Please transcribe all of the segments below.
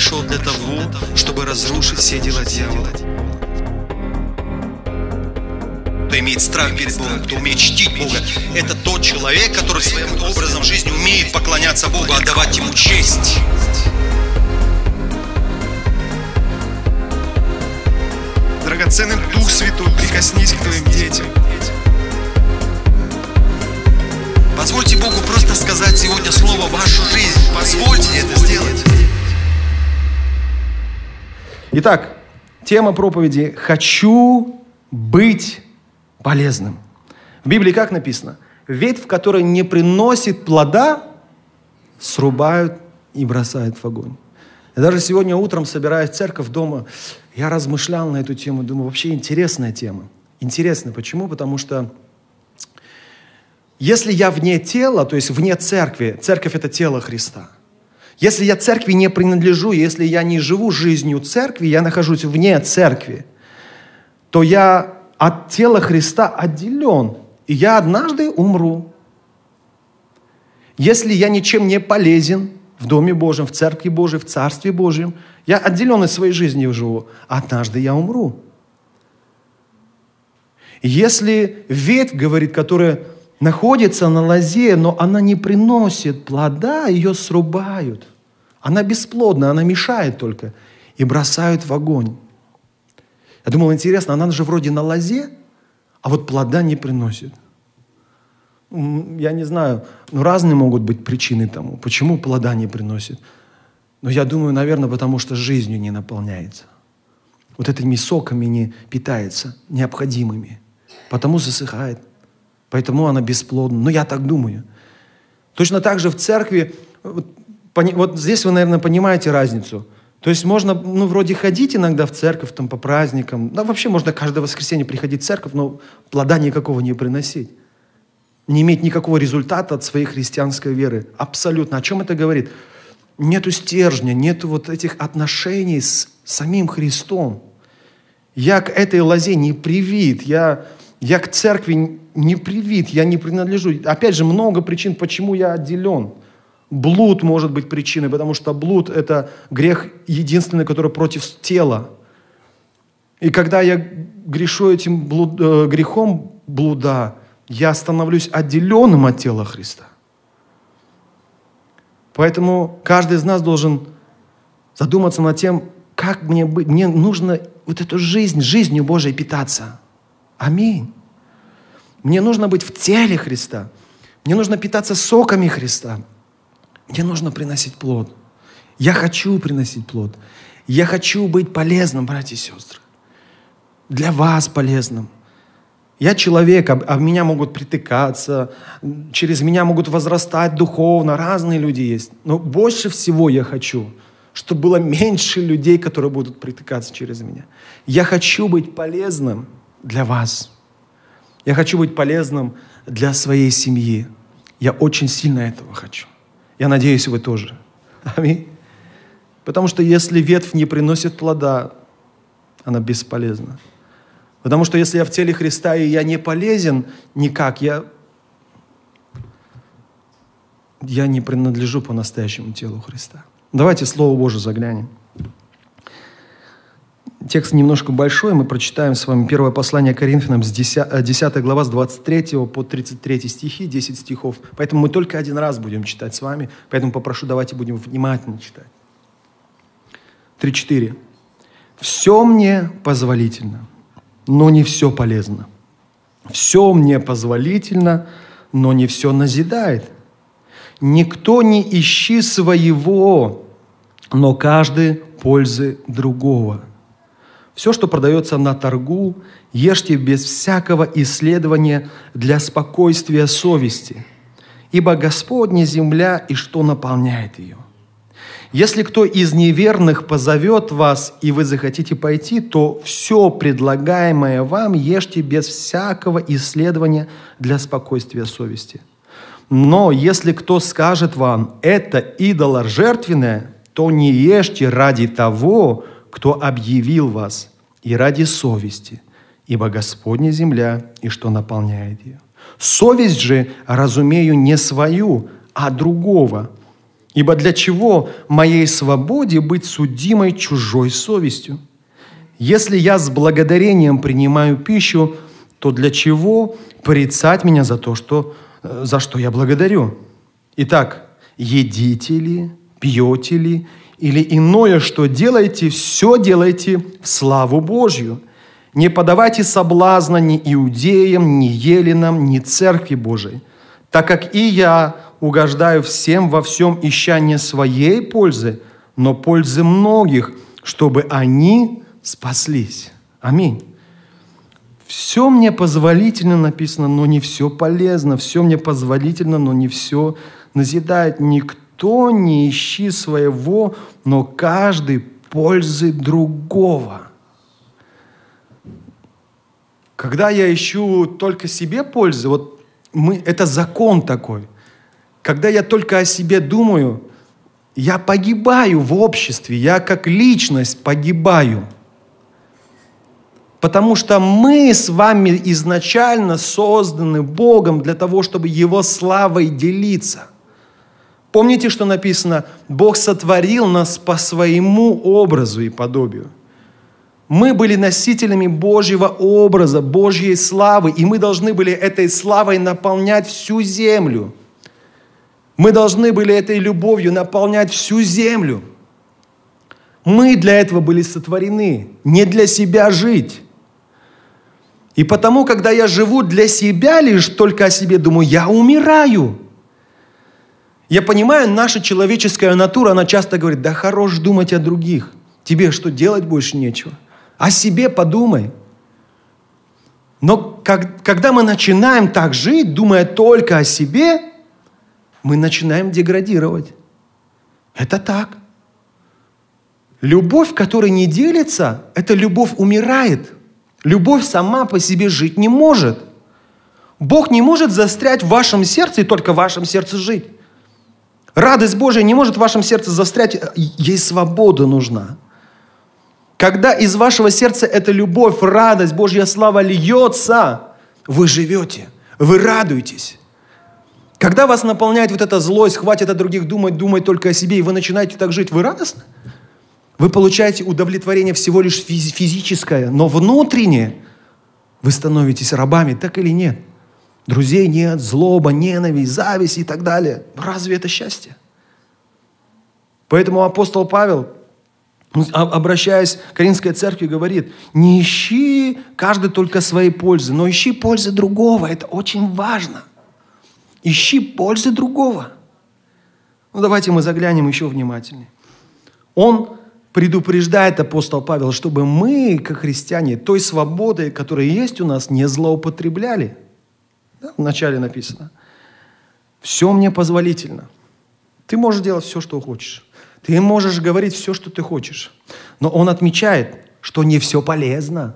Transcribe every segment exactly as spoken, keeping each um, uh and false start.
пришел для того, чтобы разрушить все дела дьявола. Кто имеет страх перед Богом, кто умеет чтить Бога, это тот человек, который своим образом жизни умеет поклоняться Богу, отдавать Ему честь. Драгоценный Дух Святой, прикоснись к твоим детям. Позвольте Богу просто сказать сегодня слово в вашу жизнь. Позвольте это сделать. Итак, тема проповеди «Хочу быть полезным». В Библии как написано? Ветвь, которая не приносит плода, срубают и бросают в огонь. И даже сегодня утром, собираясь в церковь дома, я размышлял на эту тему, думаю, вообще интересная тема. Интересно, почему? Потому что если я вне тела, то есть вне церкви, церковь – это тело Христа. Если я церкви не принадлежу, если я не живу жизнью церкви, я нахожусь вне церкви, то я от тела Христа отделен, и я однажды умру. Если я ничем не полезен в Доме Божьем, в Церкви Божьей, в Царстве Божьем, я отделен от своей жизни живу, однажды я умру. Если ветвь, говорит, которая находится на лозе, но она не приносит плода, ее срубают. Она бесплодна, она мешает только. И бросают в огонь. Я думал, интересно, она же вроде на лозе, а вот плода не приносит. Я не знаю, ну разные могут быть причины тому, почему плода не приносит. Но я думаю, наверное, потому что жизнью не наполняется. Вот этими соками не питается, необходимыми. Потому засыхает. Поэтому она бесплодна. Ну, я так думаю. Точно так же в церкви, вот, вот здесь вы, наверное, понимаете разницу. То есть можно, ну, вроде ходить иногда в церковь, там, по праздникам. Да, вообще можно каждое воскресенье приходить в церковь, но плода никакого не приносить. Не иметь никакого результата от своей христианской веры. Абсолютно. О чем это говорит? Нету стержня, нету вот этих отношений с самим Христом. Я к этой лозе не привит, я... Я к церкви не привит, я не принадлежу. Опять же, много причин, почему я отделен. Блуд может быть причиной, потому что блуд – это грех единственный, который против тела. И когда я грешу этим блуд, э, грехом блуда, я становлюсь отделенным от тела Христа. Поэтому каждый из нас должен задуматься над тем, как мне быть. Мне нужно вот эту жизнь, жизнью Божией питаться. Аминь. Мне нужно быть в теле Христа. Мне нужно питаться соками Христа. Мне нужно приносить плод. Я хочу приносить плод. Я хочу быть полезным, братья и сестры. Для вас полезным. Я человек, а меня могут притыкаться, через меня могут возрастать духовно, разные люди есть. Но больше всего я хочу, чтобы было меньше людей, которые будут притыкаться через меня. Я хочу быть полезным для вас. Я хочу быть полезным для своей семьи. Я очень сильно этого хочу. Я надеюсь, вы тоже. Аминь. Потому что если ветвь не приносит плода, она бесполезна. Потому что если я в теле Христа, и я не полезен никак, я, я не принадлежу по-настоящему телу Христа. Давайте Слово Божие заглянем. Текст немножко большой, мы прочитаем с вами первое послание Коринфянам, с десятой глава, с двадцать третьего по тридцать третий стихи, десять стихов. Поэтому мы только один раз будем читать с вами, поэтому попрошу, давайте будем внимательно читать. три-четыре. «Все мне позволительно, но не все полезно. Все мне позволительно, но не все назидает. Никто не ищи своего, но каждый пользы другого. Все, что продается на торгу, ешьте без всякого исследования для спокойствия совести, ибо Господня земля и что наполняет ее. Если кто из неверных позовет вас, и вы захотите пойти, то все предлагаемое вам ешьте без всякого исследования для спокойствия совести. Но если кто скажет вам, это идоло жертвенное, то не ешьте ради того, кто объявил вас, и ради совести, ибо Господня земля и что наполняет ее. Совесть же, разумею, не свою, а другого. Ибо для чего моей свободе быть судимой чужой совестью? Если я с благодарением принимаю пищу, то для чего порицать меня за то, что, за что я благодарю? Итак, едите ли, пьете ли, или иное, что делаете, все делайте в славу Божью. Не подавайте соблазна ни иудеям, ни еленам, ни церкви Божией, так как и я угождаю всем во всем, ища не своей пользы, но пользы многих, чтобы они спаслись. Аминь. Все мне позволительно написано, но не все полезно. Все мне позволительно, но не все назидает. Никто не ищи своего, но каждый пользы другого. Когда я ищу только себе пользы, вот мы, это закон такой. Когда я только о себе думаю, я погибаю в обществе, я как личность погибаю. Потому что мы с вами изначально созданы Богом для того, чтобы Его славой делиться. Помните, что написано? Бог сотворил нас по своему образу и подобию. Мы были носителями Божьего образа, Божьей славы, и мы должны были этой славой наполнять всю землю. Мы должны были этой любовью наполнять всю землю. Мы для этого были сотворены, не для себя жить. И потому, когда я живу для себя лишь, только о себе думаю, я умираю. Я понимаю, наша человеческая натура, она часто говорит, да хорош думать о других. Тебе что, делать больше нечего? О себе подумай. Но как, когда мы начинаем так жить, думая только о себе, мы начинаем деградировать. Это так. Любовь, которая не делится, эта любовь умирает. Любовь сама по себе жить не может. Бог не может застрять в вашем сердце и только в вашем сердце жить. Радость Божия не может в вашем сердце застрять, ей свобода нужна. Когда из вашего сердца эта любовь, радость, Божья слава льется, вы живете, вы радуетесь. Когда вас наполняет вот эта злость, хватит от других думать, думать только о себе, и вы начинаете так жить, вы радостны? Вы получаете удовлетворение всего лишь физическое, но внутреннее вы становитесь рабами, так или нет? Друзей нет, злоба, ненависть, зависть и так далее. Разве это счастье? Поэтому апостол Павел, обращаясь к Коринфской церкви, говорит, не ищи каждый только своей пользы, но ищи пользы другого. Это очень важно. Ищи пользы другого. Ну, давайте мы заглянем еще внимательнее. Он предупреждает, апостол Павел, чтобы мы, как христиане, той свободой, которая есть у нас, не злоупотребляли. Да, вначале написано. Все мне позволительно. Ты можешь делать все, что хочешь. Ты можешь говорить все, что ты хочешь. Но он отмечает, что не все полезно.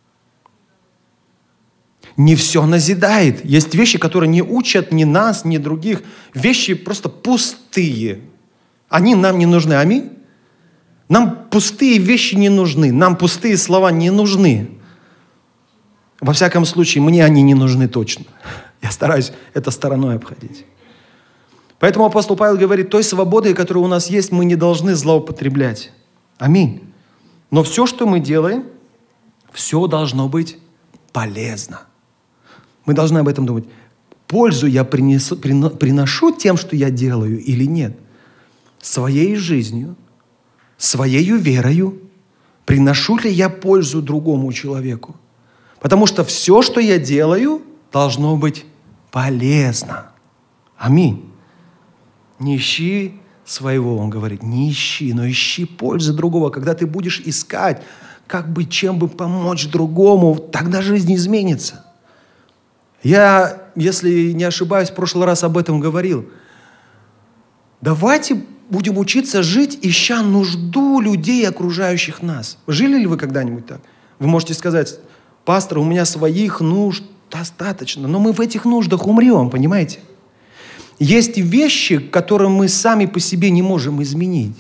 Не все назидает. Есть вещи, которые не учат ни нас, ни других. Вещи просто пустые. Они нам не нужны. Аминь. Нам пустые вещи не нужны. Нам пустые слова не нужны. Во всяком случае, мне они не нужны точно. Я стараюсь это стороной обходить. Поэтому апостол Павел говорит, той свободой, которая у нас есть, мы не должны злоупотреблять. Аминь. Но все, что мы делаем, все должно быть полезно. Мы должны об этом думать. Пользу я принесу, приношу тем, что я делаю, или нет? Своей жизнью, своей верою приношу ли я пользу другому человеку? Потому что все, что я делаю, должно быть полезно. Аминь. Не ищи своего, он говорит, не ищи, но ищи пользы другого. Когда ты будешь искать, как бы, чем бы помочь другому, тогда жизнь изменится. Я, если не ошибаюсь, в прошлый раз об этом говорил. Давайте будем учиться жить, ища нужду людей, окружающих нас. Жили ли вы когда-нибудь так? Вы можете сказать, пастор, у меня своих нужд достаточно, но мы в этих нуждах умрем, понимаете? Есть вещи, которые мы сами по себе не можем изменить.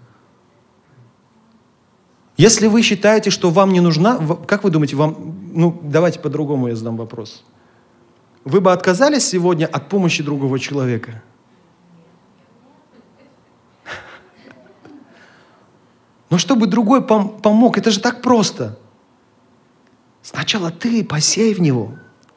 Если вы считаете, что вам не нужна, как вы думаете, вам, ну, давайте по-другому я задам вопрос. Вы бы отказались сегодня от помощи другого человека? Но чтобы другой пом- помог, это же так просто. Сначала ты посей в него.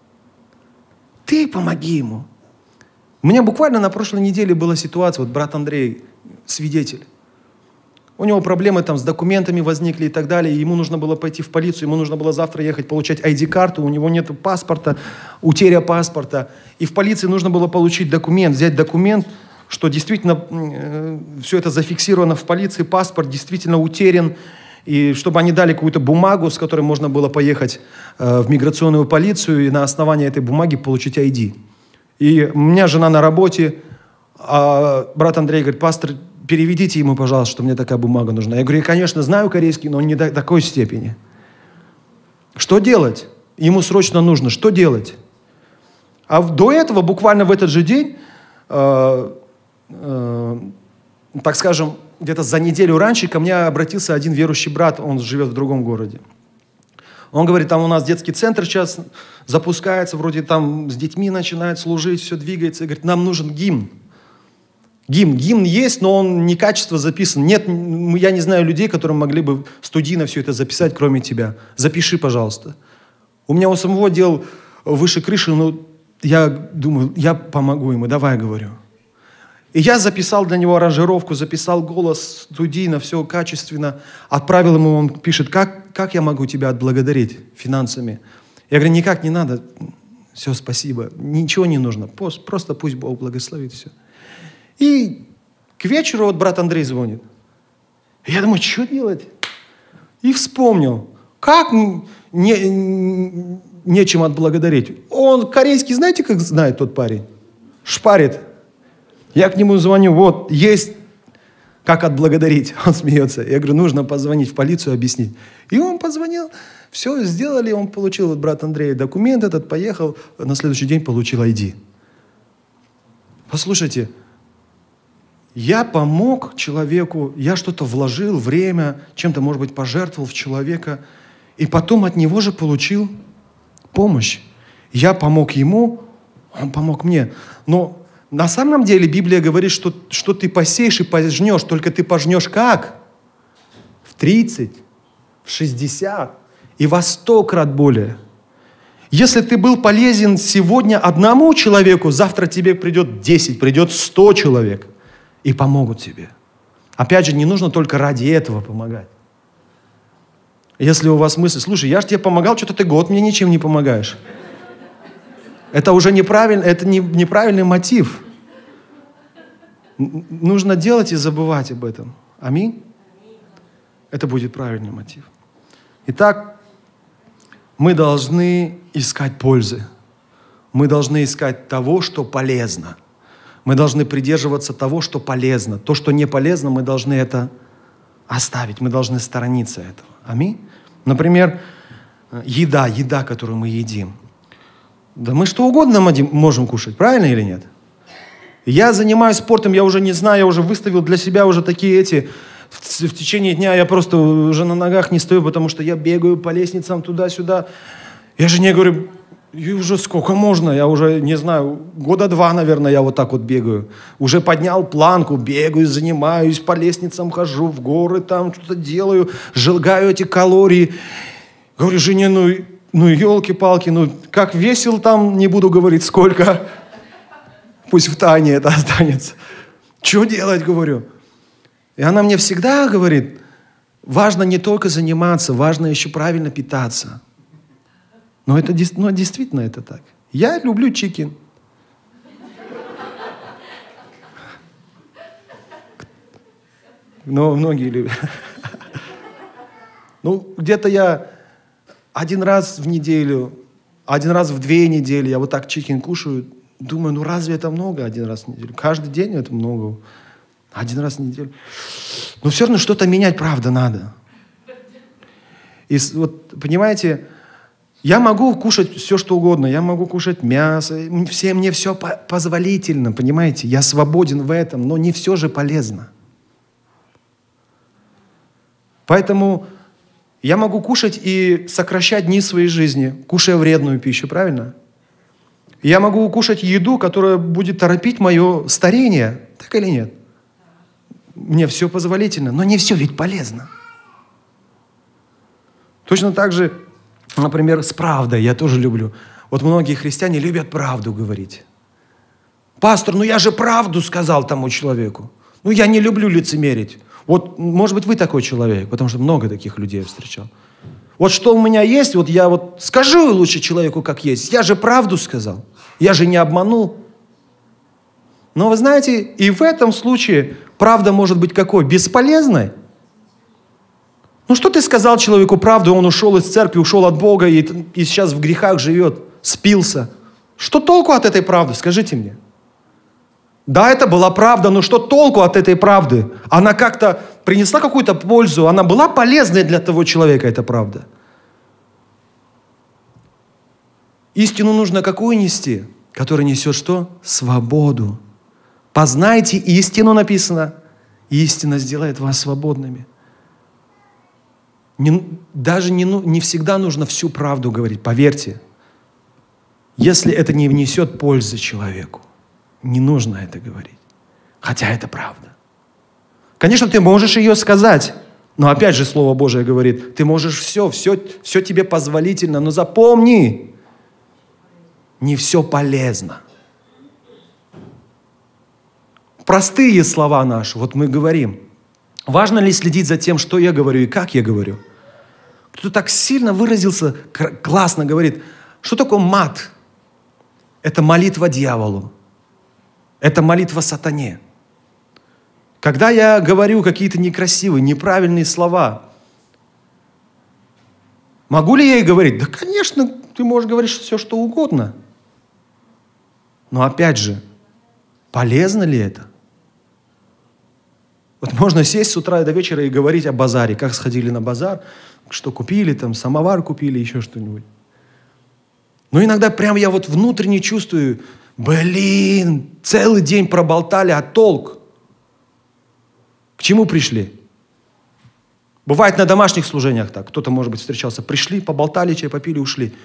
Ты помоги ему. У меня буквально на прошлой неделе была ситуация, вот брат Андрей, свидетель. У него проблемы там с документами возникли и так далее. Ему нужно было пойти в полицию, ему нужно было завтра ехать получать ай ди-карту, у него нет паспорта, утеря паспорта. И в полиции нужно было получить документ, взять документ, что действительно э, все это зафиксировано в полиции, паспорт действительно утерян, и чтобы они дали какую-то бумагу, с которой можно было поехать э, в миграционную полицию и на основании этой бумаги получить ай ди. И у меня жена на работе, а брат Андрей говорит: пастор, переведите ему, пожалуйста, что мне такая бумага нужна. Я говорю: я, конечно, знаю корейский, но не до такой степени. Что делать? Ему срочно нужно. Что делать? А до этого, буквально в этот же день, э, э, так скажем, где-то за неделю раньше ко мне обратился один верующий брат, он живет в другом городе. Он говорит: там у нас детский центр сейчас запускается, вроде там с детьми начинает служить, все двигается. И говорит: нам нужен гимн. Гимн. Гимн есть, но он некачественно записан. Нет, я не знаю людей, которые могли бы студийно все это записать, кроме тебя. Запиши, пожалуйста. У меня у самого дел выше крыши, но я думаю, я помогу ему, давай, говорю. И я записал для него аранжировку, записал голос студийно, все качественно. Отправил ему, он пишет: как, как я могу тебя отблагодарить финансами? Я говорю: никак не надо. Все, спасибо. Ничего не нужно. Просто пусть Бог благословит все. И к вечеру вот брат Андрей звонит. Я думаю, что делать? И вспомнил, как не, нечем отблагодарить. Он корейский, знаете, как знает тот парень? Шпарит. Я к нему звоню: вот, есть как отблагодарить. Он смеется. Я говорю: нужно позвонить в полицию, объяснить. И он позвонил, все сделали, он получил, вот брат Андрей, документ этот, поехал, на следующий день получил ай ди. Послушайте, я помог человеку, я что-то вложил, время, чем-то, может быть, пожертвовал в человека, и потом от него же получил помощь. Я помог ему, он помог мне. Но на самом деле Библия говорит, что, что ты посеешь и пожнешь, только ты пожнешь как? В тридцать, в шестьдесят и во сто крат более. Если ты был полезен сегодня одному человеку, завтра тебе придет десять, придет сто человек. И помогут тебе. Опять же, не нужно только ради этого помогать. Если у вас мысль: слушай, я же тебе помогал, что-то ты год мне ничем не помогаешь. Это уже неправильно, это не, неправильный мотив. Н- нужно делать и забывать об этом. Аминь? Это будет правильный мотив. Итак, мы должны искать пользы. Мы должны искать того, что полезно. Мы должны придерживаться того, что полезно. То, что не полезно, мы должны это оставить. Мы должны сторониться этого. Аминь. Например, еда, еда, которую мы едим. Да мы что угодно можем кушать, правильно или нет? Я занимаюсь спортом, я уже не знаю, я уже выставил для себя уже такие эти... В, в течение дня я просто уже на ногах не стою, потому что я бегаю по лестницам туда-сюда. Я жене говорю: и уже сколько можно? Я уже, не знаю, года два, наверное, я вот так вот бегаю. Уже поднял планку, бегаю, занимаюсь, по лестницам хожу, в горы там что-то делаю, сжигаю эти калории. Говорю жене: ну, ну елки-палки, ну как весил там, не буду говорить сколько. Пусть в тайне это останется. Что делать, говорю? И она мне всегда говорит: важно не только заниматься, важно еще правильно питаться. Но это ну, действительно это так. Я люблю чикен. Но многие любят. Ну, где-то я один раз в неделю, один раз в две недели я вот так чикен кушаю. Думаю, ну разве это много один раз в неделю? Каждый день это много. Один раз в неделю. Но все равно что-то менять, правда, надо. И вот, понимаете... Я могу кушать все, что угодно. Я могу кушать мясо. Все, мне все по- позволительно, понимаете? Я свободен в этом, но не все же полезно. Поэтому я могу кушать и сокращать дни своей жизни, кушая вредную пищу, правильно? Я могу кушать еду, которая будет торопить мое старение. Так или нет? Мне все позволительно, но не все ведь полезно. Точно так же, например, с правдой я тоже люблю. Вот многие христиане любят правду говорить. Пастор, ну я же правду сказал тому человеку. Ну я не люблю лицемерить. Вот, может быть, вы такой человек, потому что много таких людей я встречал. Вот что у меня есть, вот я вот скажу лучше человеку, как есть. Я же правду сказал. Я же не обманул. Но вы знаете, и в этом случае правда может быть какой? Бесполезной. Ну что ты сказал человеку правду, он ушел из церкви, ушел от Бога и, и сейчас в грехах живет, спился. Что толку от этой правды, скажите мне? Да, это была правда, но что толку от этой правды? Она как-то принесла какую-то пользу, она была полезной для того человека, эта правда. Истину нужно какую нести? Которая несет что? Свободу. Познайте истину, написано. Истина сделает вас свободными. Не, даже не, не всегда нужно всю правду говорить, поверьте. Если это не внесет пользы человеку, не нужно это говорить. Хотя это правда. Конечно, ты можешь ее сказать, но опять же Слово Божие говорит, ты можешь все, все, все тебе позволительно, но запомни, не все полезно. Простые слова наши, вот мы говорим. Важно ли следить за тем, что я говорю и как я говорю? Кто-то так сильно выразился, классно говорит, что такое мат? Это молитва дьяволу. Это молитва сатане. Когда я говорю какие-то некрасивые, неправильные слова, могу ли я ей говорить? Да, конечно, ты можешь говорить все, что угодно. Но опять же, полезно ли это? Вот можно сесть с утра до вечера и говорить о базаре, как сходили на базар, что купили, там, самовар купили, еще что-нибудь. Но иногда прям я вот внутренне чувствую, блин, целый день проболтали, а толк? К чему пришли? Бывает на домашних служениях так. Кто-то, может быть, встречался. Пришли, поболтали, чай попили, ушли.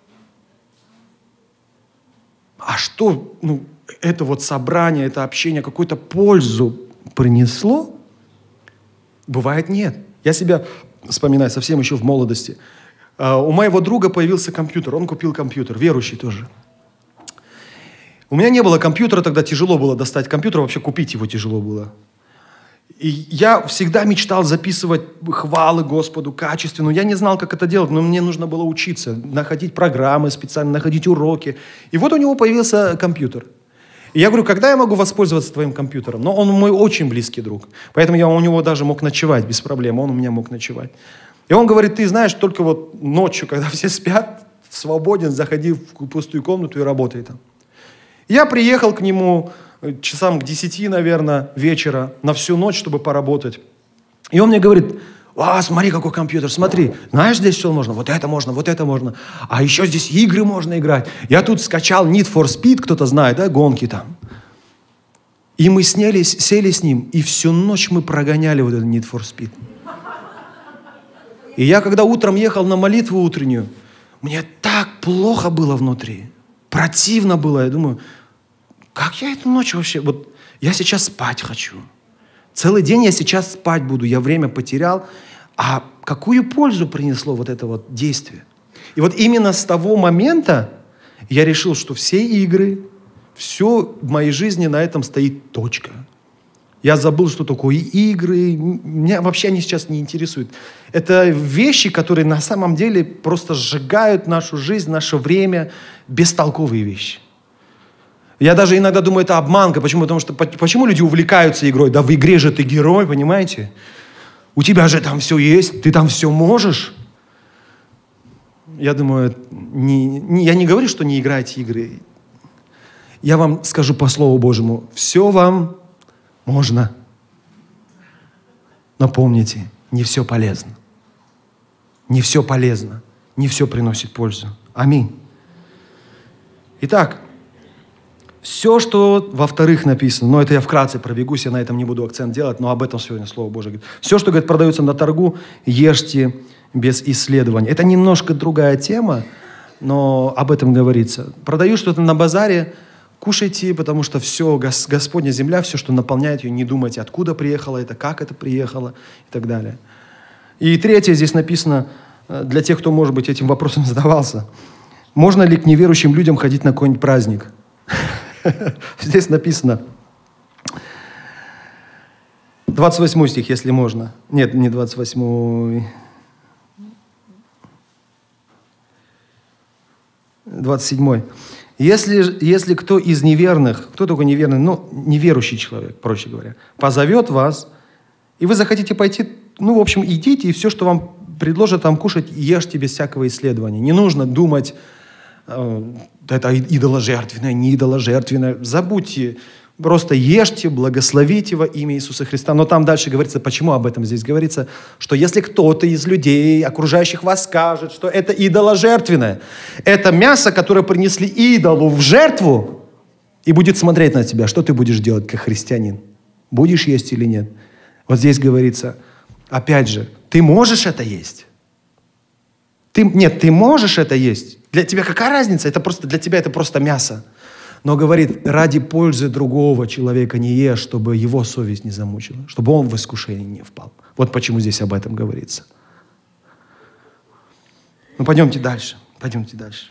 А что, ну, это вот собрание, это общение какую-то пользу принесло? Бывает нет. Я себя вспоминаю совсем еще в молодости. Uh, у моего друга появился компьютер. Он купил компьютер, верующий тоже. У меня не было компьютера, тогда тяжело было достать компьютер, вообще купить его тяжело было. И я всегда мечтал записывать хвалы Господу качественно. Я не знал, как это делать, но мне нужно было учиться, находить программы специально, находить уроки. И вот у него появился компьютер. И я говорю, когда я могу воспользоваться твоим компьютером? Но он мой очень близкий друг. Поэтому я у него даже мог ночевать без проблем. Он у меня мог ночевать. И он говорит, ты знаешь, только вот ночью, когда все спят, свободен, заходи в пустую комнату и работай там. Я приехал к нему часам к десяти, наверное, вечера, на всю ночь, чтобы поработать. И он мне говорит, а, смотри, какой компьютер, смотри, знаешь, здесь что можно? Вот это можно, вот это можно. А еще здесь игры можно играть. Я тут скачал Need for Speed, кто-то знает, да, гонки там. И мы сняли, сели с ним, и всю ночь мы прогоняли вот этот Need for Speed. И я, когда утром ехал на молитву утреннюю, мне так плохо было внутри. Противно было. Я думаю, как я эту ночь вообще... Вот я сейчас спать хочу. Целый день я сейчас спать буду. Я время потерял. А какую пользу принесло вот это вот действие? И вот именно с того момента я решил, что все игры, все в моей жизни на этом стоит точка. Я забыл, что такое игры. Меня вообще они сейчас не интересуют. Это вещи, которые на самом деле просто сжигают нашу жизнь, наше время. Бестолковые вещи. Я даже иногда думаю, это обманка. Почему? Потому что почему люди увлекаются игрой? Да в игре же ты герой, понимаете? У тебя же там все есть, ты там все можешь. Я думаю, не, не, я не говорю, что не играйте игры. Я вам скажу по Слову Божьему, все вам можно. Но помните, не все полезно. Не все полезно. Не все приносит пользу. Аминь. Итак, все, что во-вторых написано, но это я вкратце пробегусь, я на этом не буду акцент делать, но об этом сегодня Слово Божие говорит. Все, что, говорит, продается на торгу, ешьте без исследования. Это немножко другая тема, но об этом говорится. Продаю что-то на базаре, кушайте, потому что все, Господня земля, все, что наполняет ее, не думайте, откуда приехало это, как это приехало и так далее. И третье, здесь написано, для тех, кто, может быть, этим вопросом задавался. Можно ли к неверующим людям ходить на какой-нибудь праздник? Здесь написано, двадцать восьмой стих, если можно. Нет, не двадцать восьмой. двадцать седьмой. Если, если кто из неверных, кто такой неверный? Ну, неверующий человек, проще говоря, позовет вас, и вы захотите пойти, ну, в общем, идите, и все, что вам предложат там кушать, ешьте без всякого исследования. Не нужно думать, э, это идоложертвенное, не идоложертвенное. Забудьте, просто ешьте, благословите во имя Иисуса Христа. Но там дальше говорится, почему об этом здесь говорится, что если кто-то из людей, окружающих вас, скажет, что это идоложертвенное, это мясо, которое принесли идолу в жертву, и будет смотреть на тебя, что ты будешь делать как христианин? Будешь есть или нет? Вот здесь говорится, опять же, ты можешь это есть? Ты, нет, ты можешь это есть. Для тебя какая разница? Это просто, для тебя это просто мясо. Но говорит, ради пользы другого человека не ешь, чтобы его совесть не замучила, чтобы он в искушение не впал. Вот почему здесь об этом говорится. Ну, пойдемте дальше. Пойдемте дальше.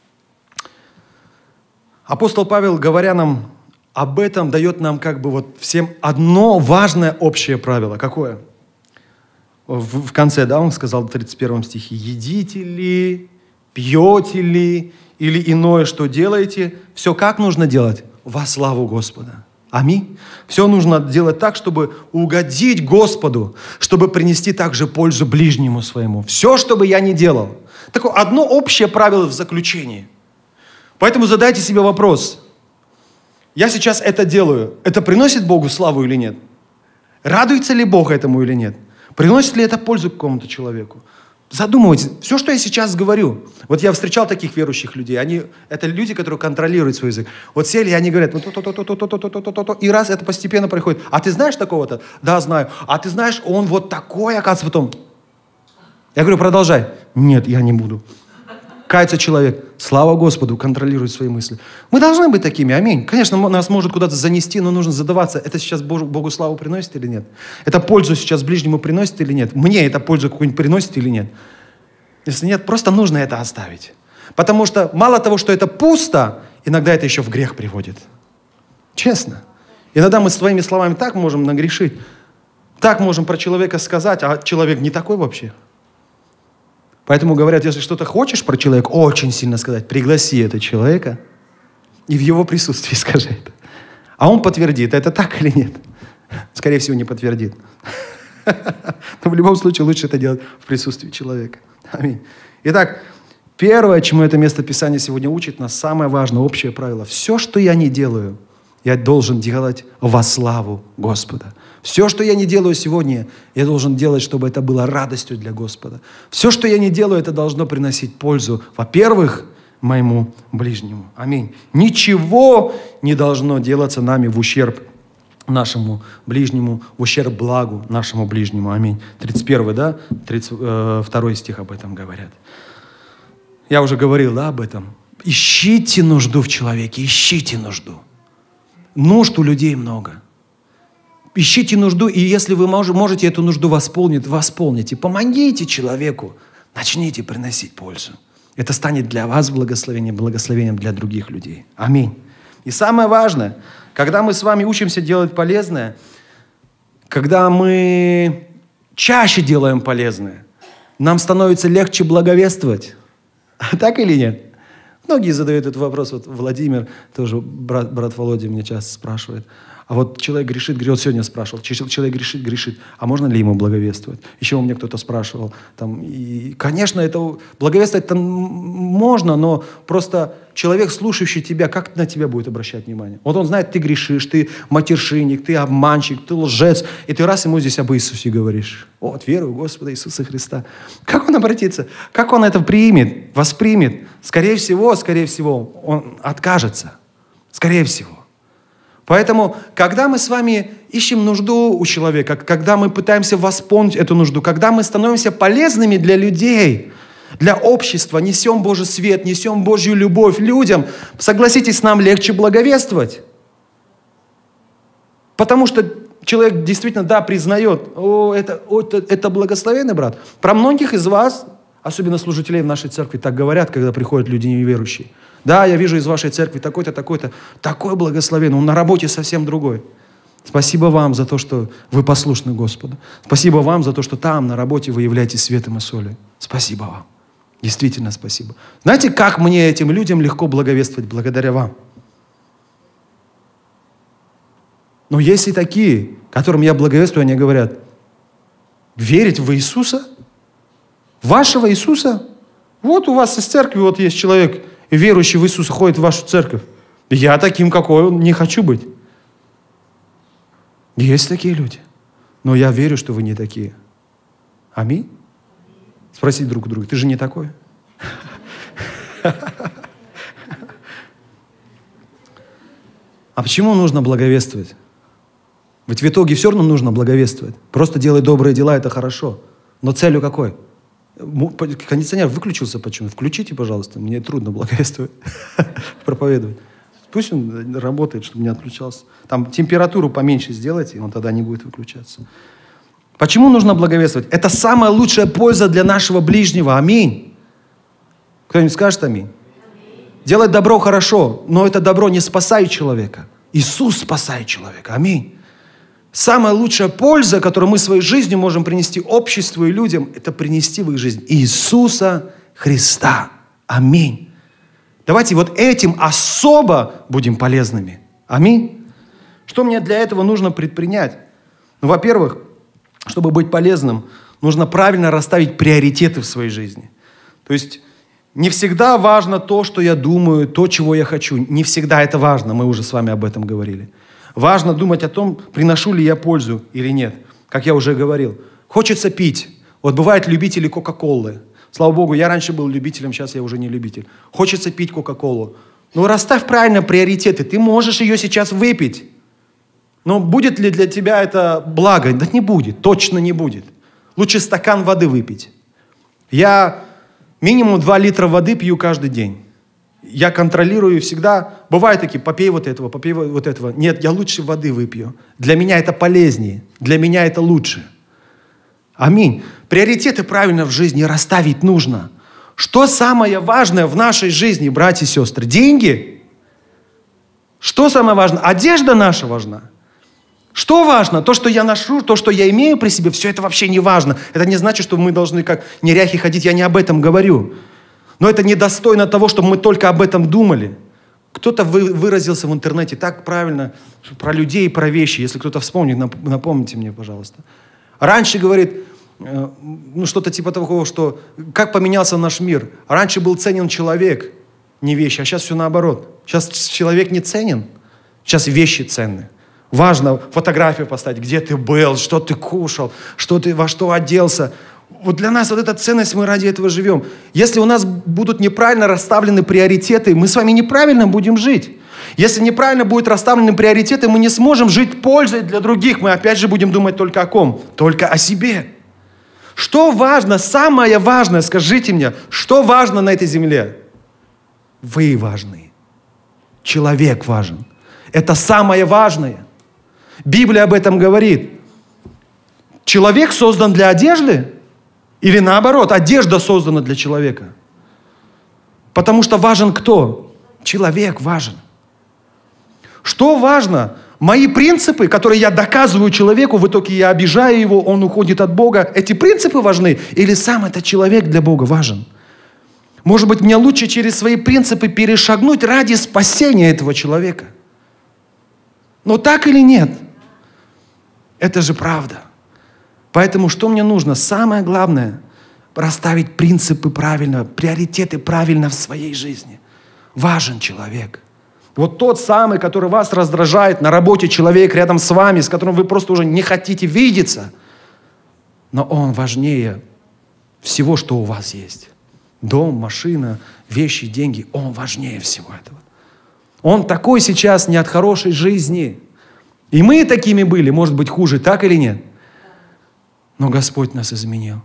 Апостол Павел, говоря нам об этом, дает нам как бы вот всем одно важное общее правило. Какое? В, в конце, да, он сказал в тридцать первом стихе, едите ли, пьете ли, или иное, что делаете, все как нужно делать? Во славу Господа. Аминь. Все нужно делать так, чтобы угодить Господу, чтобы принести также пользу ближнему своему. Все, что бы я ни делал. Такое одно общее правило в заключении. Поэтому задайте себе вопрос. Я сейчас это делаю. Это приносит Богу славу или нет? Радуется ли Бог этому или нет? Приносит ли это пользу какому-то человеку? Задумывайтесь. Все, что я сейчас говорю. Вот я встречал таких верующих людей. Они, это люди, которые контролируют свой язык. Вот сели, и они говорят, ну, то-то-то-то-то-то-то-то-то-то. И раз это постепенно происходит. А ты знаешь такого-то? Да, знаю. А ты знаешь, он вот такой, оказывается, потом. Я говорю, продолжай. Нет, я не буду. Кается человек. Слава Господу, контролирует свои мысли. Мы должны быть такими, аминь. Конечно, нас может куда-то занести, но нужно задаваться, это сейчас Богу, Богу славу приносит или нет? Это пользу сейчас ближнему приносит или нет? Мне это пользу какую-нибудь приносит или нет? Если нет, просто нужно это оставить. Потому что мало того, что это пусто, иногда это еще в грех приводит. Честно. Иногда мы своими словами так можем нагрешить, так можем про человека сказать, а человек не такой вообще. Поэтому говорят, если что-то хочешь про человека очень сильно сказать, пригласи этого человека и в его присутствии скажи это. А он подтвердит, это так или нет. Скорее всего, не подтвердит. Но в любом случае лучше это делать в присутствии человека. Аминь. Итак, первое, чему это место Писания сегодня учит нас, самое важное, общее правило. Все, что я не делаю, я должен делать во славу Господа. Все, что я не делаю сегодня, я должен делать, чтобы это было радостью для Господа. Все, что я не делаю, это должно приносить пользу, во-первых, моему ближнему. Аминь. Ничего не должно делаться нами в ущерб нашему ближнему, в ущерб благу нашему ближнему. Аминь. тридцать первый, да? тридцать второй стих об этом говорят. Я уже говорил, да, об этом. Ищите нужду в человеке, ищите нужду. Нужд у людей много. Ищите нужду, и если вы можете эту нужду восполнить, восполните. Помогите человеку, начните приносить пользу. Это станет для вас благословением, благословением для других людей. Аминь. И самое важное, когда мы с вами учимся делать полезное, когда мы чаще делаем полезное, нам становится легче благовествовать. Так или нет? Многие задают этот вопрос. Вот Владимир, тоже брат, брат Володя меня часто спрашивает. А вот человек грешит, говорит, вот сегодня спрашивал, человек грешит, грешит, а можно ли ему благовествовать? Еще у меня кто-то спрашивал. Там, и, конечно, это благовествовать там можно, но просто человек, слушающий тебя, как на тебя будет обращать внимание? Вот он знает, ты грешишь, ты матершинник, ты обманщик, ты лжец, и ты раз ему здесь об Иисусе говоришь. Вот, верую в Господа Иисуса Христа. Как он обратится? Как он это примет, воспримет? Скорее всего, скорее всего, он откажется. Скорее всего. Поэтому, когда мы с вами ищем нужду у человека, когда мы пытаемся восполнить эту нужду, когда мы становимся полезными для людей, для общества, несем Божий свет, несем Божью любовь людям, согласитесь, нам легче благовествовать. Потому что человек действительно, да, признает, о, это, о, это, это благословенный брат. Про многих из вас, особенно служителей в нашей церкви, так говорят, когда приходят люди неверующие. Да, я вижу из вашей церкви такой-то, такой-то, такой благословенный, он на работе совсем другой. Спасибо вам за то, что вы послушны Господу. Спасибо вам за то, что там, на работе, вы являетесь светом и солью. Спасибо вам. Действительно спасибо. Знаете, как мне этим людям легко благовествовать? Благодаря вам. Но есть и такие, которым я благовествую, они говорят, верить в Иисуса? Вашего Иисуса? Вот у вас из церкви вот есть человек, верующий в Иисуса, ходит в вашу церковь. Я таким, какой он, не хочу быть. Есть такие люди. Но я верю, что вы не такие. Аминь? Спросить друг у друга, ты же не такой? А почему нужно благовествовать? Ведь в итоге все равно нужно благовествовать. Просто делать добрые дела – это хорошо. Но целью какой? Кондиционер выключился почему? Включите, пожалуйста. Мне трудно благовествовать, проповедовать. Пусть он работает, чтобы не отключался. Там температуру поменьше сделайте, и он тогда не будет выключаться. Почему нужно благовествовать? Это самая лучшая польза для нашего ближнего. Аминь. Кто-нибудь скажет аминь? Делать добро хорошо, но это добро не спасает человека. Иисус спасает человека. Аминь. Самая лучшая польза, которую мы своей жизнью можем принести обществу и людям, это принести в их жизнь Иисуса Христа. Аминь. Давайте вот этим особо будем полезными. Аминь. Что мне для этого нужно предпринять? Ну, во-первых, чтобы быть полезным, нужно правильно расставить приоритеты в своей жизни. То есть не всегда важно то, что я думаю, то, чего я хочу. Не всегда это важно, мы уже с вами об этом говорили. Важно думать о том, приношу ли я пользу или нет. Как я уже говорил. Хочется пить. Вот бывают любители Кока-Колы. Слава Богу, я раньше был любителем, сейчас я уже не любитель. Хочется пить Кока-Колу. Ну, расставь правильно приоритеты. Ты можешь ее сейчас выпить. Но будет ли для тебя это благо? Да не будет, точно не будет. Лучше стакан воды выпить. Я минимум два литра воды пью каждый день. Я контролирую всегда. Бывают такие, попей вот этого, попей вот этого. Нет, я лучше воды выпью. Для меня это полезнее. Для меня это лучше. Аминь. Приоритеты правильно в жизни расставить нужно. Что самое важное в нашей жизни, братья и сестры? Деньги? Что самое важное? Одежда наша важна. Что важно? То, что я ношу, то, что я имею при себе, все это вообще не важно. Это не значит, что мы должны как неряхи ходить. Я не об этом говорю. Но это недостойно того, чтобы мы только об этом думали. Кто-то вы, выразился в интернете так правильно про людей и про вещи. Если кто-то вспомнит, напомните мне, пожалуйста. Раньше, говорит, э, ну что-то типа того, что как поменялся наш мир. Раньше был ценен человек, не вещи, а сейчас все наоборот. Сейчас человек не ценен, сейчас вещи ценны. Важно фотографию поставить, где ты был, что ты кушал, что ты, во что оделся. Вот для нас вот эта ценность, мы ради этого живем. Если у нас будут неправильно расставлены приоритеты, мы с вами неправильно будем жить. Если неправильно будут расставлены приоритеты, мы не сможем жить пользой для других. Мы опять же будем думать только о ком? Только о себе. Что важно, самое важное, скажите мне, что важно на этой земле? Вы важны. Человек важен. Это самое важное. Библия об этом говорит. Человек создан для одежды? Или наоборот, одежда создана для человека? Потому что важен кто? Человек важен. Что важно? Мои принципы, которые я доказываю человеку, в итоге я обижаю его, он уходит от Бога. Эти принципы важны? Или сам этот человек для Бога важен? Может быть, мне лучше через свои принципы перешагнуть ради спасения этого человека? Но так или нет? Это же правда. Поэтому что мне нужно? Самое главное – расставить принципы правильно, приоритеты правильно в своей жизни. Важен человек. Вот тот самый, который вас раздражает, на работе человек рядом с вами, с которым вы просто уже не хотите видеться, но он важнее всего, что у вас есть. Дом, машина, вещи, деньги – он важнее всего этого. Он такой сейчас не от хорошей жизни. И мы такими были, может быть, хуже, так или нет? Но Господь нас изменил.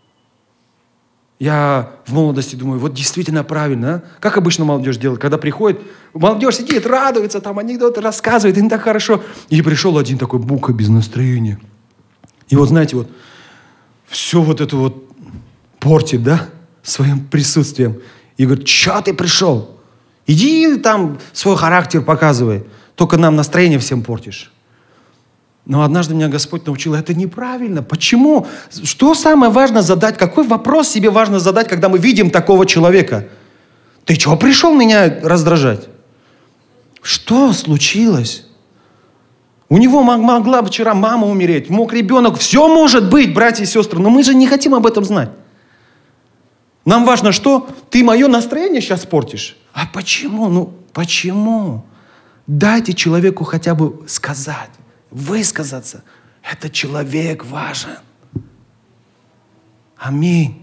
Я в молодости думаю, вот действительно правильно. А? Как обычно молодежь делает, когда приходит, молодежь сидит, радуется, там анекдоты рассказывает, им так хорошо. И пришел один такой бука без настроения. И вот знаете, вот все вот это вот портит, да? своим присутствием и говорит: что ты пришел? Иди там свой характер показывай, только нам настроение всем портишь. Но однажды меня Господь научил, это неправильно. Почему? Что самое важное задать? Какой вопрос себе важно задать, когда мы видим такого человека? Ты чего пришел меня раздражать? Что случилось? У него могла вчера мама умереть, мог ребенок. Все может быть, братья и сестры, но мы же не хотим об этом знать. Нам важно, что ты мое настроение сейчас портишь. А почему? Ну, почему? Дайте человеку хотя бы сказать, высказаться. Этот человек важен. Аминь.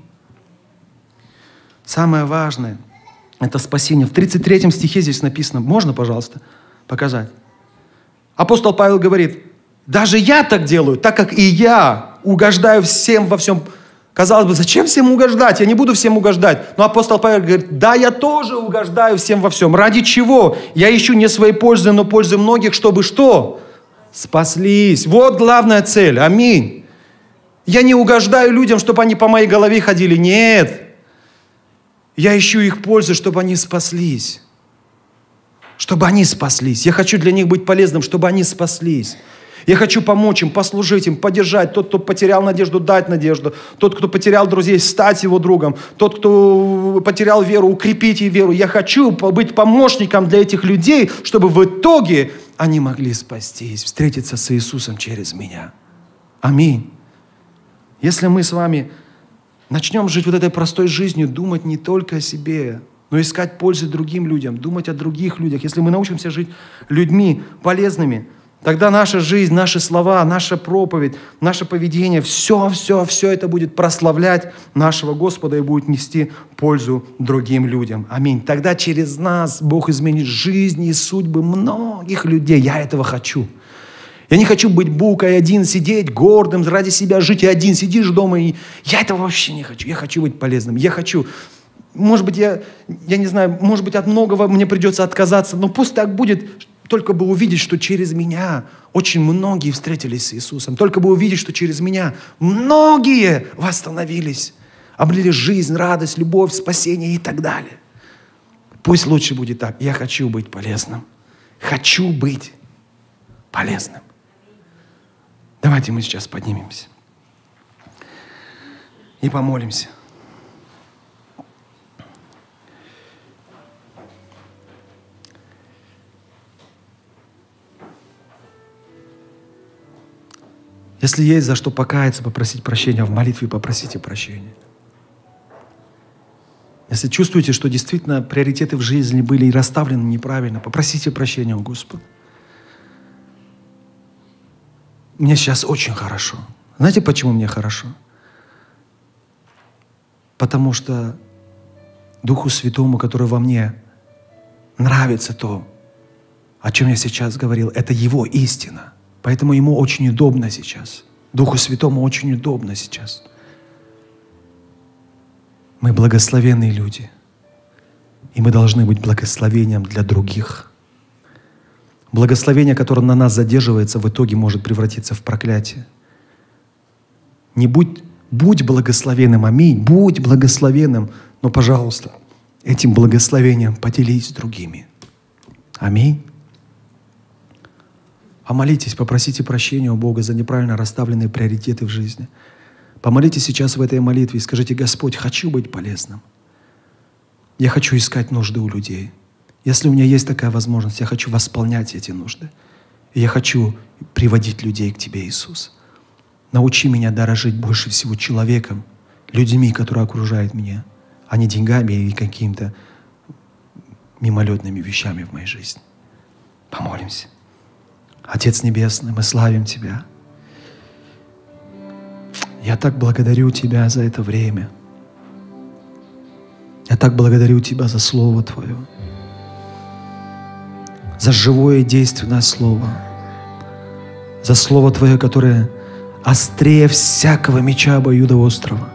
Самое важное – это спасение. В тридцать третьем стихе здесь написано, можно, пожалуйста, показать? Апостол Павел говорит: даже я так делаю, так как и я угождаю всем во всем. Казалось бы, зачем всем угождать? Я не буду всем угождать. Но апостол Павел говорит: да, я тоже угождаю всем во всем. Ради чего? Я ищу не своей пользы, но пользы многих, чтобы что? Спаслись. Вот главная цель. Аминь. Я не угождаю людям, чтобы они по моей голове ходили. Нет. Я ищу их пользы, чтобы они спаслись. Чтобы они спаслись. Я хочу для них быть полезным, чтобы они спаслись. Я хочу помочь им, послужить им, поддержать. Тот, кто потерял надежду, дать надежду. Тот, кто потерял друзей, стать его другом. Тот, кто потерял веру, укрепить их веру. Я хочу быть помощником для этих людей, чтобы в итоге они могли спастись, встретиться с Иисусом через меня. Аминь. Если мы с вами начнем жить вот этой простой жизнью, думать не только о себе, но искать пользы другим людям, думать о других людях, если мы научимся жить людьми полезными, тогда наша жизнь, наши слова, наша проповедь, наше поведение, все, все, все это будет прославлять нашего Господа и будет нести пользу другим людям. Аминь. Тогда через нас Бог изменит жизни и судьбы многих людей. Я этого хочу. Я не хочу быть букой, один сидеть, гордым, ради себя жить, и один сидишь дома. И я этого вообще не хочу. Я хочу быть полезным. Я хочу... Может быть, я, я не знаю, может быть, от многого мне придется отказаться, но пусть так будет, только бы увидеть, что через меня очень многие встретились с Иисусом. Только бы увидеть, что через меня многие восстановились, обрели жизнь, радость, любовь, спасение и так далее. Пусть лучше будет так. Я хочу быть полезным. Хочу быть полезным. Давайте мы сейчас поднимемся и помолимся. Если есть за что покаяться, попросить прощения, в молитве попросите прощения. Если чувствуете, что действительно приоритеты в жизни были расставлены неправильно, попросите прощения у Господа. Мне сейчас очень хорошо. Знаете, почему мне хорошо? Потому что Духу Святому, который во мне, нравится то, о чем я сейчас говорил, это Его истина. Поэтому Ему очень удобно сейчас. Духу Святому очень удобно сейчас. Мы благословенные люди. И мы должны быть благословением для других. Благословение, которое на нас задерживается, в итоге может превратиться в проклятие. Не будь, будь благословенным, аминь, будь благословенным, но, пожалуйста, этим благословением поделись с другими. Аминь. Помолитесь, попросите прощения у Бога за неправильно расставленные приоритеты в жизни. Помолитесь сейчас в этой молитве и скажите: Господь, хочу быть полезным. Я хочу искать нужды у людей. Если у меня есть такая возможность, я хочу восполнять эти нужды. И я хочу приводить людей к Тебе, Иисус. Научи меня дорожить больше всего человеком, людьми, которые окружают меня, а не деньгами и какими-то мимолетными вещами в моей жизни. Помолимся. Отец Небесный, мы славим Тебя. Я так благодарю Тебя за это время. Я так благодарю Тебя за Слово Твое. За живое и действенное Слово. За Слово Твое, которое острее всякого меча обоюдоострого.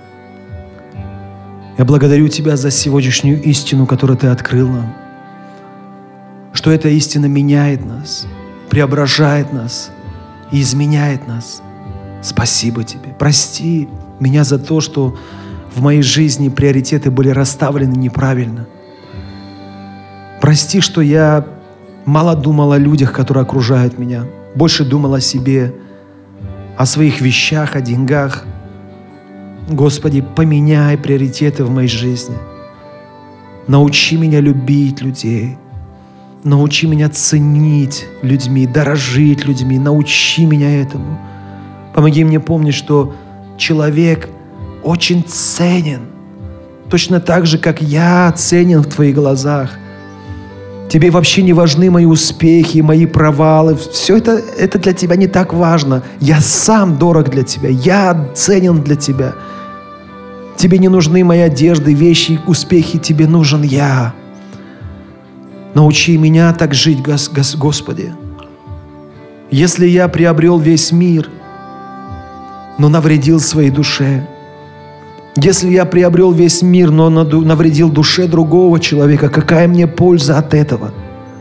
Я благодарю Тебя за сегодняшнюю истину, которую Ты открыл нам. Что эта истина меняет нас, преображает нас и изменяет нас. Спасибо Тебе. Прости меня за то, что в моей жизни приоритеты были расставлены неправильно. Прости, что я мало думал о людях, которые окружают меня. Больше думал о себе, о своих вещах, о деньгах. Господи, поменяй приоритеты в моей жизни. Научи меня любить людей. Научи меня ценить людьми, дорожить людьми. Научи меня этому. Помоги мне помнить, что человек очень ценен. Точно так же, как я ценен в Твоих глазах. Тебе вообще не важны мои успехи, мои провалы. Все это, это для Тебя не так важно. Я сам дорог для Тебя. Я ценен для Тебя. Тебе не нужны мои одежды, вещи, успехи. Тебе нужен я. Научи меня так жить, Гос- Гос- Господи. Если я приобрел весь мир, но навредил своей душе, если я приобрел весь мир, но навредил душе другого человека, какая мне польза от этого?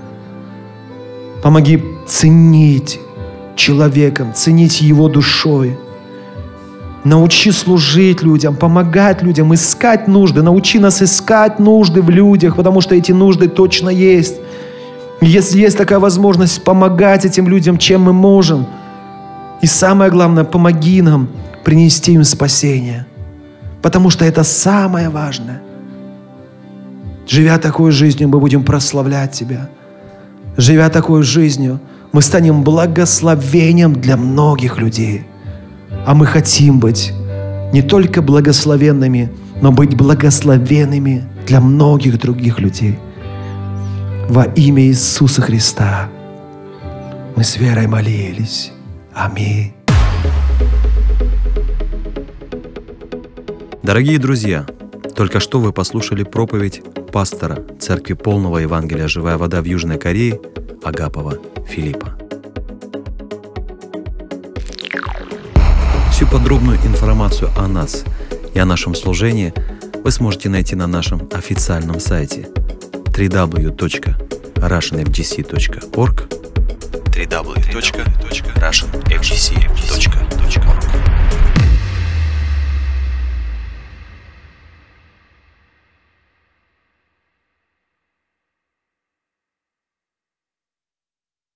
Помоги ценить человеком, ценить его душой. Научи служить людям, помогать людям, искать нужды. Научи нас искать нужды в людях, потому что эти нужды точно есть. Если есть такая возможность, помогать этим людям, чем мы можем. И самое главное, помоги нам принести им спасение. Потому что это самое важное. Живя такой жизнью, мы будем прославлять Тебя. Живя такой жизнью, мы станем благословением для многих людей. А мы хотим быть не только благословенными, но быть благословенными для многих других людей. Во имя Иисуса Христа мы с верой молились. Аминь. Дорогие друзья, только что вы послушали проповедь пастора Церкви Полного Евангелия «Живая вода» в Южной Корее Агапова Филиппа. Всю подробную информацию о нас и о нашем служении вы сможете найти на нашем официальном сайте дабл ю дабл ю дабл ю точка russian f g c точка org дабл ю дабл ю дабл ю точка russian f g c точка